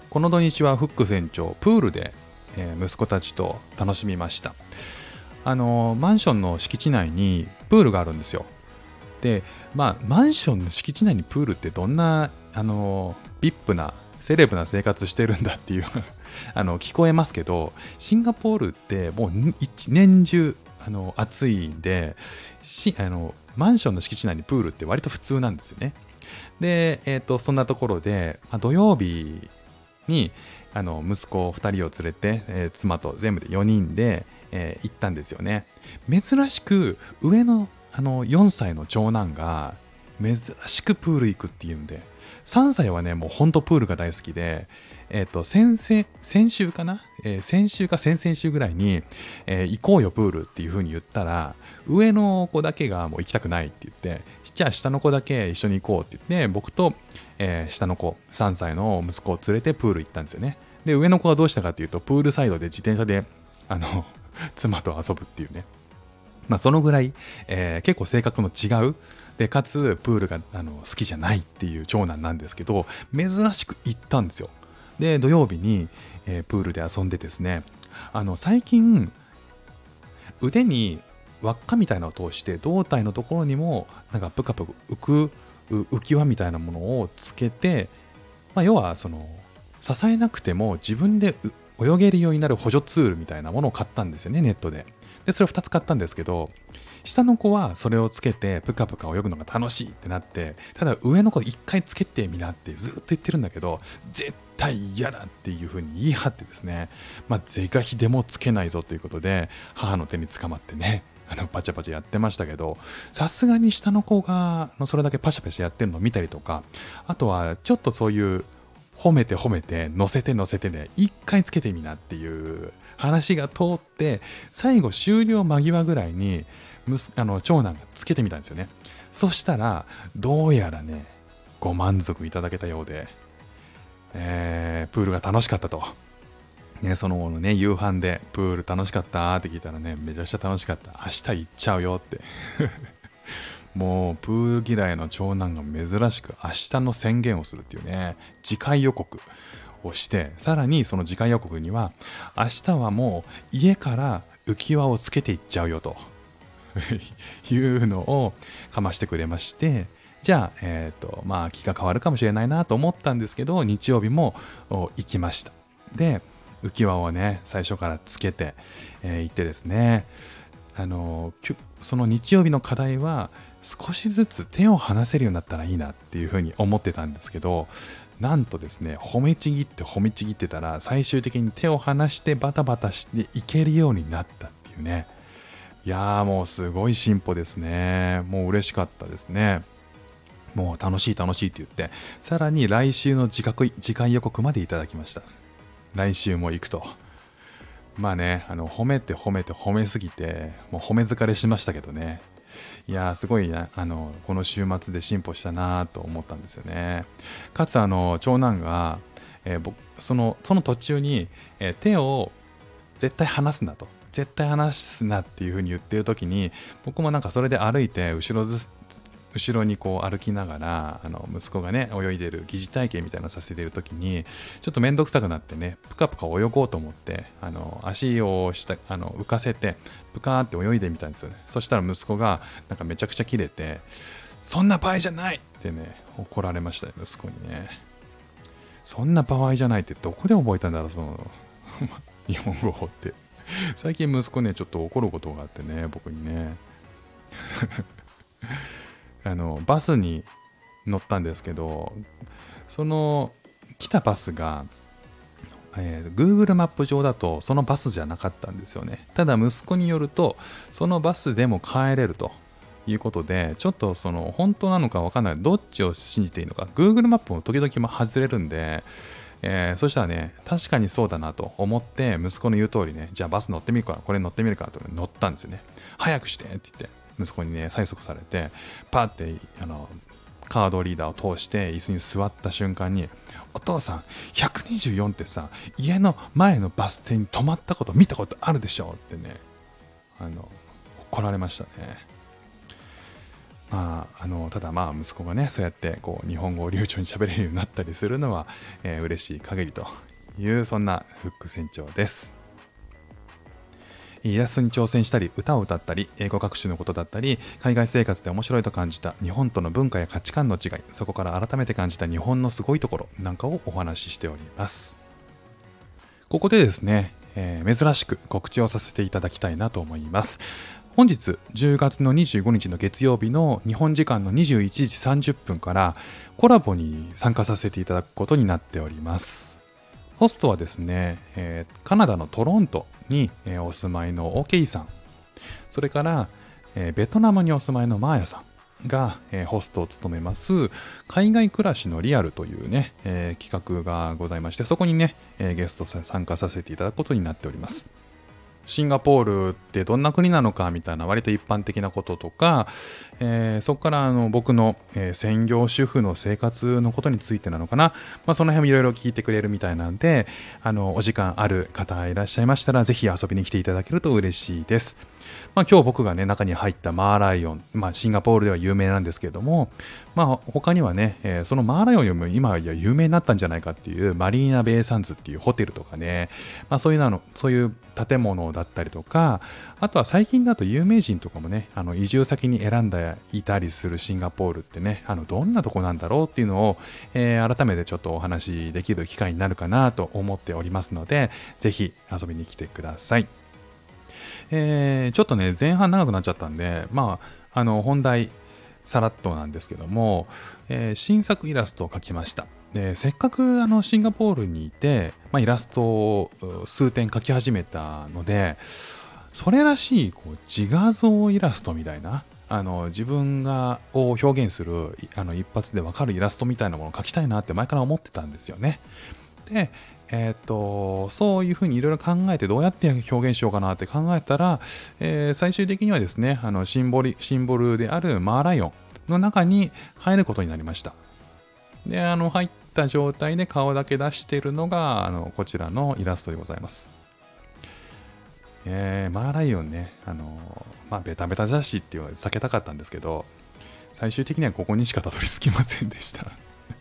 この土日はフック船長プールで、息子たちと楽しみました。マンションの敷地内にプールがあるんですよ。で、マンションの敷地内にプールってどんなビップなセレブな生活してるんだっていう聞こえますけど、シンガポールってもう一年中暑いんで、マンションの敷地内にプールって割と普通なんですよね。で、そんなところで、土曜日に息子2人を連れて、妻と全部で4人で、行ったんですよね。珍しく上の4歳の長男が珍しくプール行くっていうんで、3歳はねもうほんとプールが大好きで、先週かな、先週か先々週ぐらいに、行こうよプールっていう風に言ったら、上の子だけがもう行きたくないって言って、じゃあ下の子だけ一緒に行こうって言って、僕と、下の子3歳の息子を連れてプール行ったんですよね。で、上の子はどうしたかっていうと、プールサイドで自転車で妻と遊ぶっていうね。そのぐらい、結構性格の違うで、かつプールが好きじゃないっていう長男なんですけど、珍しく行ったんですよ。で、土曜日に、プールで遊んでですね、最近腕に輪っかみたいなのを通して胴体のところにもなんかプカプカ浮く浮き輪みたいなものをつけて、要は支えなくても自分で泳げるようになる補助ツールみたいなものを買ったんですよね、ネットで。で、それを2つ買ったんですけど、下の子はそれをつけてプカプカ泳ぐのが楽しいってなって、ただ上の子1回つけてみなってずっと言ってるんだけど、絶対嫌だっていう風に言い張ってですね、是が非でもつけないぞということで母の手に捕まってね、パチャパチャやってましたけど、さすがに下の子がそれだけパシャパシャやってるのを見たりとか、あとはちょっとそういう褒めて乗せてね、一回つけてみなっていう話が通って、最後終了間際ぐらいに長男がつけてみたんですよね。そしたらどうやらね、ご満足いただけたようで、プールが楽しかったと。ね、その後のね、夕飯でプール楽しかったって聞いたらね、めちゃくちゃ楽しかった。明日行っちゃうよってもうプール嫌いの長男が珍しく明日の宣言をするっていうね、次回予告をして、さらにその次回予告には、明日はもう家から浮き輪をつけていっちゃうよというのをかましてくれまして、じゃあ、気が変わるかもしれないなと思ったんですけど、日曜日も行きました。で、浮き輪をね、最初からつけて、行ってですね、その日曜日の課題は、少しずつ手を離せるようになったらいいなっていうふうに思ってたんですけど、なんとですね、褒めちぎってたら、最終的に手を離してバタバタしていけるようになったっていうね。いやー、もうすごい進歩ですね。もう嬉しかったですね。もう楽しいって言って、さらに来週の次回予告までいただきました。来週も行くと。褒めすぎて、もう褒め疲れしましたけどね。いやー、すごいな、この週末で進歩したなと思ったんですよね。かつ、長男が、その途中に、手を絶対離すなっていう風に言ってる時に、僕もなんかそれで歩いて後ろにこう歩きながら息子がね泳いでる疑似体験みたいなのさせている時に、ちょっとめんどくさくなってね、プカプカ泳ごうと思って足を浮かせてプカーって泳いでみたんですよね。そしたら息子がなんかめちゃくちゃキレて、そんな場合じゃないってね怒られましたよ、息子にね。そんな場合じゃないってどこで覚えたんだろう、その日本語って。最近息子ねちょっと怒ることがあってね、僕にねバスに乗ったんですけど、その来たバスが、Google マップ上だとそのバスじゃなかったんですよね。ただ息子によるとそのバスでも帰れるということで、ちょっとその本当なのか分かんない、どっちを信じていいのか。 Google マップも時々外れるんで、そしたらね、確かにそうだなと思って息子の言う通りね、じゃあバス乗ってみるから、これ乗ってみるからと乗ったんですよね。早くしてって言って息子にね催促されて、パーってカードリーダーを通して椅子に座った瞬間に、お父さん124ってさ、家の前のバス停に止まったこと見たことあるでしょってね怒られましたね。 ただ息子がね、そうやってこう日本語を流暢に喋れるようになったりするのは、嬉しい限りという、そんなフック船長です。イラストに挑戦したり、歌を歌ったり、英語学習のことだったり、海外生活で面白いと感じた日本との文化や価値観の違い、そこから改めて感じた日本のすごいところなんかをお話ししております。ここでですね、珍しく告知をさせていただきたいなと思います。本日10月の25日の月曜日の日本時間の21時30分からコラボに参加させていただくことになっております。ホストはですね、カナダのトロントに、お住まいのオケイさん、それから、ベトナムにお住まいのマーヤさんが、ホストを務めます海外暮らしのリアルというね、企画がございまして、そこにね、ゲスト参加させていただくことになっております。シンガポールってどんな国なのかみたいな割と一般的なこととか、そこから僕の、専業主婦の生活のことについてなのかな、その辺もいろいろ聞いてくれるみたいなんで、お時間ある方いらっしゃいましたらぜひ遊びに来ていただけると嬉しいです。今日僕がね中に入ったマーライオン、シンガポールでは有名なんですけれども、他にはね、そのマーライオンよりも今や有名になったんじゃないかっていうマリーナベイサンズっていうホテルとかね、そういう建物だったりとか、あとは最近だと有名人とかもね、移住先に選んでいたりするシンガポールってね、どんなとこなんだろうっていうのを、改めてちょっとお話しできる機会になるかなと思っておりますので、ぜひ遊びに来てください。ちょっとね、前半長くなっちゃったんで、本題、さらっとなんですけども、新作イラストを描きました。で、せっかくシンガポールにいて、イラストを数点描き始めたので、それらしいこう自画像イラストみたいな、自分を表現する一発でわかるイラストみたいなものを描きたいなって前から思ってたんですよね。で、そういうふうにいろいろ考えてどうやって表現しようかなって考えたら、最終的にはですね、シンボルであるマーライオンの中に入ることになりました。で、入った状態で顔だけ出しているのが、こちらのイラストでございます。マーライオンね、ベタベタ雑誌っていうのは避けたかったんですけど、最終的にはここにしかたどり着きませんでした。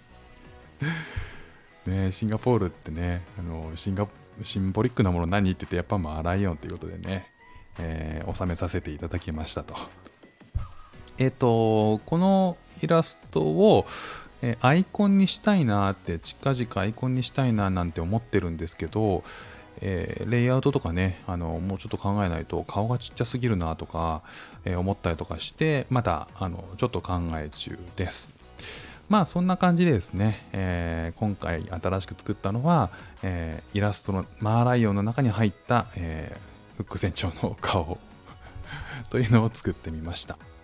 ね、シンガポールってね、シンボリックなもの何って言って、やっぱマーライオンということでね、収めさせていただきましたと。このイラストを、アイコンにしたいなって、近々アイコンにしたいななんて思ってるんですけど、レイアウトとかね、もうちょっと考えないと顔がちっちゃすぎるなとか、思ったりとかして、まだちょっと考え中です。そんな感じでですね、今回新しく作ったのは、イラストのマーライオンの中に入った、フック船長の顔というのを作ってみました。